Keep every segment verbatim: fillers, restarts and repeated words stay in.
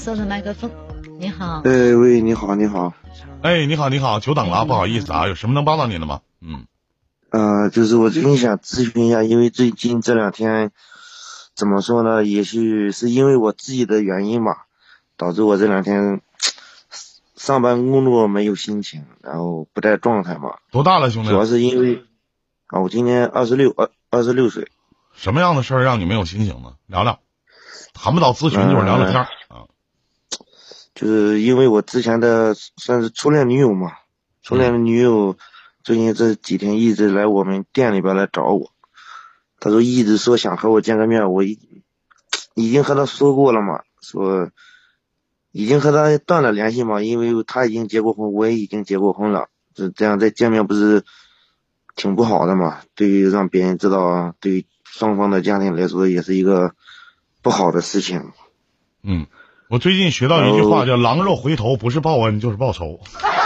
色的麦克风。你好。 哎喂，你好，你好。 哎，你好，你好，久等了，不好意思啊，有什么能帮到您的吗？嗯。 呃，就是我最近想咨询一下，因为最近这两天怎么说呢，也许是因为我自己的原因吧，导致我这两天上班工作没有心情，然后不在状态嘛。 多大了，兄弟？ 主要是因为啊，我今年二十六，二二十六岁。 什么样的事儿让你没有心情呢？聊聊，谈不到咨询就是聊聊天、呃、啊。 就是因为我之前的算是初恋女友嘛，初恋的女友最近这几天一直来我们店里边来找我，她说一直说想和我见个面，我已已经和她说过了嘛，说已经和她断了联系嘛，因为她已经结过婚，我也已经结过婚了，就这样再见面不是挺不好的嘛，对于让别人知道，对于双方的家庭来说也是一个不好的事情。 嗯，我最近学到一句话叫狼肉回头，不是报恩就是报仇。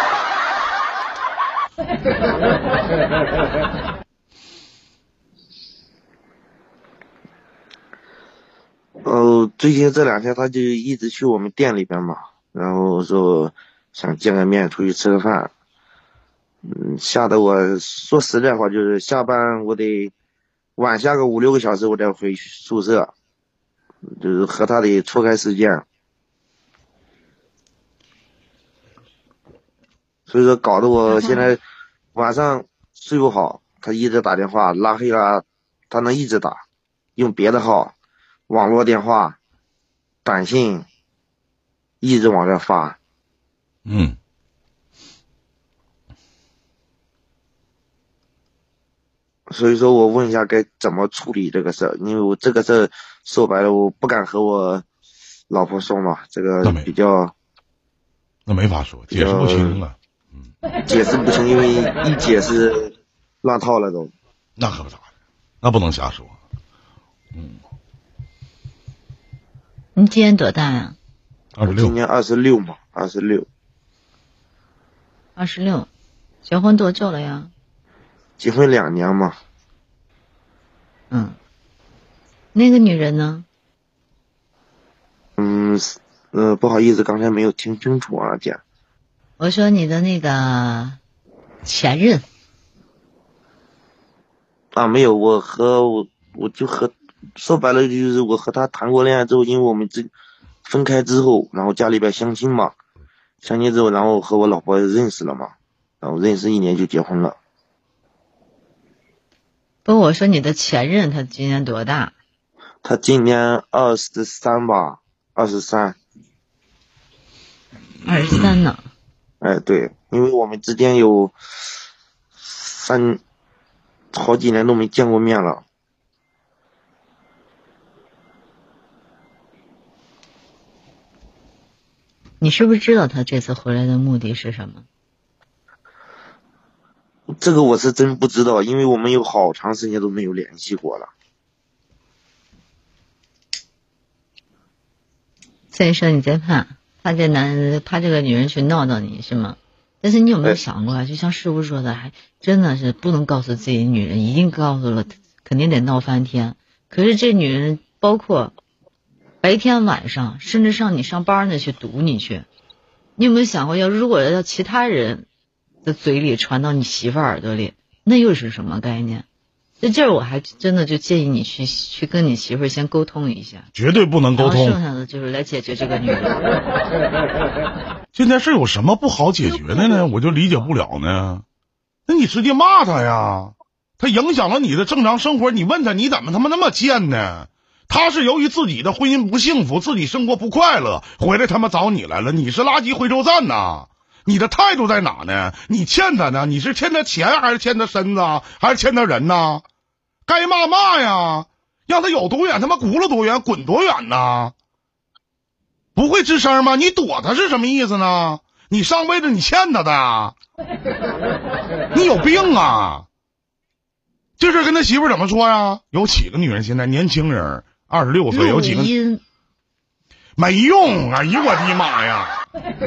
呃，最近这两天他就一直去我们店里边嘛，然后说想见个面，出去吃个饭。嗯，吓得我说实在话，就是下班我得晚下个五六个小时，我再回宿舍，就是和他得错开时间。所以说搞得我现在晚上睡不好，他一直打电话拉黑了，他能一直打，用别的号，网络电话、短信，一直往这发。 嗯。 所以说我问一下该怎么处理这个事儿，因为我这个事儿说白了我不敢和我老婆说嘛，这个比较那没法说，解释不清啊。 嗯，解释不清，因为一解释乱套了都。 那可不咋的，那不能瞎说。嗯。 你今年多大呀？ 二十六。 今年二十六嘛，二十六。 二十六，结婚多久了呀？ 结婚两年嘛。 嗯。那个女人呢？ 嗯，呃，不好意思，刚才没有听清楚啊，姐。 我说你的那个前任。 啊，没有，我和我我就和说白了就是我和他谈过恋爱之后，因为我们这分开之后，然后家里边相亲嘛，相亲之后，然后和我老婆认识了嘛，然后认识一年就结婚了。 不，我说你的前任他今年多大？ 他今年二十三吧，二十三。 二十三呢？ 哎，对，因为我们之间有三好几年都没见过面了。 你是不是知道他这次回来的目的是什么？ 这个我是真不知道，因为我们有好长时间都没有联系过了。 所以说你在怕，怕这男人，怕这个女人去闹到你是吗？但是你有没有想过啊？就像师傅说的，还真的是不能告诉自己女人，一定告诉了，肯定得闹翻天。可是这女人包括白天晚上，甚至上你上班呢去堵你去。你有没有想过，要如果要其他人的嘴里传到你媳妇耳朵里，那又是什么概念？在这儿我还真的就建议你去去跟你媳妇儿先沟通一下， 绝对不能沟通， 然后剩下的就是来解决这个女人。 这件事有什么不好解决的呢？我就理解不了呢。那你直接骂他呀，他影响了你的正常生活，你问他你怎么他妈那么贱呢？他是由于自己的婚姻不幸福，自己生活不快乐，回来他妈找你来了，你是垃圾回收站呐？你的态度在哪呢？你欠他呢？你是欠他钱还是欠他身子还是欠他人呢？该骂骂呀，让他有多远他妈轱辘多远滚多远呢？不会吱声吗？你躲他是什么意思呢？你上辈子你欠他的，你有病啊！这事跟他媳妇怎么说呀？有几个女人现在年轻人二十六岁有几个没用，哎呦我的妈呀！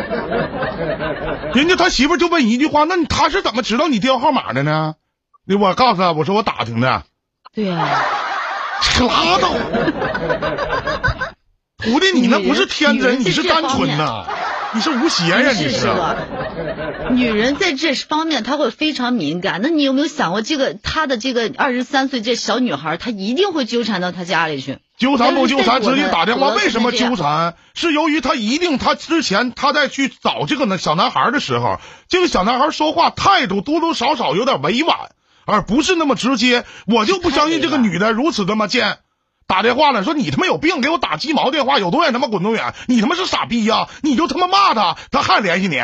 人家他媳妇就问一句话，那他是怎么知道你电话号码的呢？我告诉他，我说我打听的。 对呀、啊， 拉倒！ 徒弟，你那不是天真，你是单纯呐，你是无邪呀，你是。 女人在这方面她会非常敏感，那你有没有想过，这个她的这个二十三岁这小女孩，她一定会纠缠到她家里去。 纠缠不纠缠，直接打电话。为什么纠缠？是由于她一定，她之前她在去找这个小男孩的时候，这个小男孩说话态度多多少少有点委婉，而不是那么直接。我就不相信这个女的如此他妈贱。打电话了，说你他妈有病，给我打鸡毛电话，有多远他妈滚多远，你他妈是傻逼呀！你就他妈骂他，他还联系你，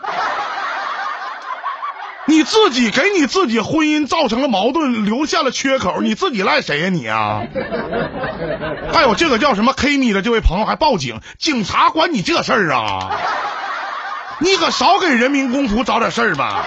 你自己给你自己婚姻造成了矛盾，留下了缺口，你自己赖谁呀你啊？还有这个叫什么 K 米的这位朋友还报警，警察管你这事儿啊？你可少给人民公仆找点事儿吧。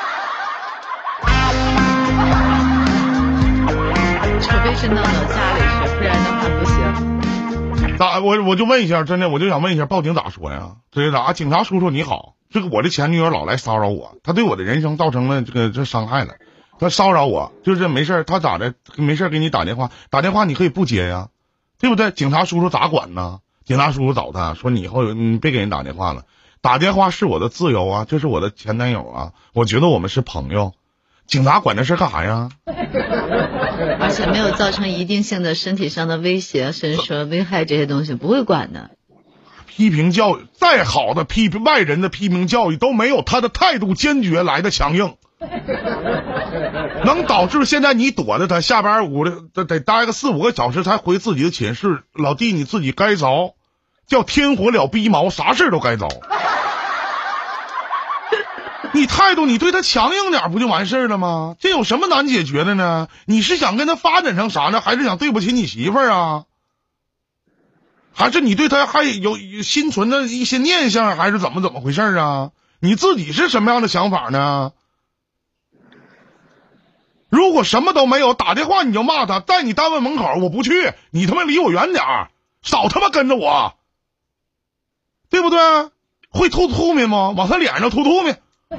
除非是闹到家里去，不然的话不行。 咋？我我就问一下，真的，我就想问一下，报警咋说呀？这是咋？警察叔叔你好，这个我的前女友老来骚扰我，她对我的人生造成了这个这伤害了，她骚扰我，就是没事她咋的？没事给你打电话，打电话你可以不接呀，对不对？警察叔叔咋管呢？警察叔叔找他说，你以后你别给人打电话了，打电话是我的自由啊，这是我的前男友啊，我觉得我们是朋友。警察管这事干啥呀？ 而且没有造成一定性的身体上的威胁，甚至说危害这些东西不会管的。 批评教育再好的批评外人的批评教育都没有他的态度坚决来的强硬，能导致现在你躲着他下班五得得待个四五个小时才回自己的寝室。老弟，你自己该着，叫天火了逼毛，啥事都该着。你态度你对他强硬点不就完事了吗？这有什么难解决的呢？你是想跟他发展成啥呢？还是想对不起你媳妇儿啊？还是你对他还有心存的一些念想，还是怎么怎么回事啊？你自己是什么样的想法呢？如果什么都没有，打电话你就骂他，在你单位门口我不去，你他妈离我远点儿，少他妈跟着我，对不对？会吐吐沫吗？往他脸上吐吐沫。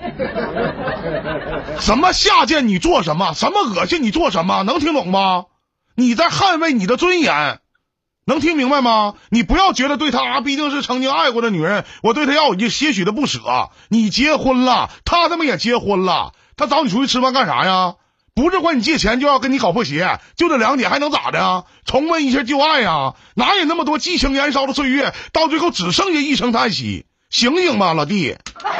什么下贱你做什么，什么恶心你做什么，能听懂吗？你在捍卫你的尊严，能听明白吗？你不要觉得对他啊，毕竟是曾经爱过的女人，我对他要有些许的不舍。你结婚了，他他妈也结婚了，他找你出去吃饭干啥呀？不是管你借钱就要跟你搞破鞋，就这两点还能咋的呀？重温一下旧爱呀？哪有那么多激情燃烧的岁月，到最后只剩下一声叹息？醒醒吧，老弟！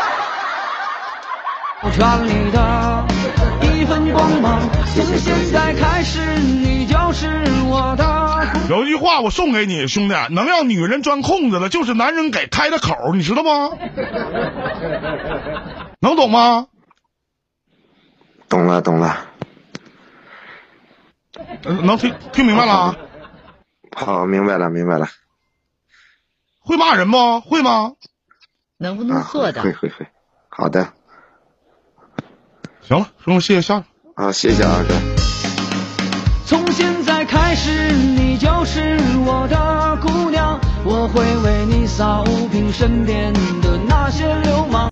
传你的一份光芒，从现在开始你就是我的。 有一句话我送给你，兄弟，能让女人钻空子的就是男人给开的口，你知道吗？能懂吗？ 懂了懂了。 能听听明白了？ 好，明白了明白了。 会骂人吗？会吗？ 能不能做的？ 啊、会会会。好的。 行了，兄弟，谢谢下。 好，谢谢啊哥。 从现在开始，你就是我的姑娘，我会为你扫平身边的那些流氓。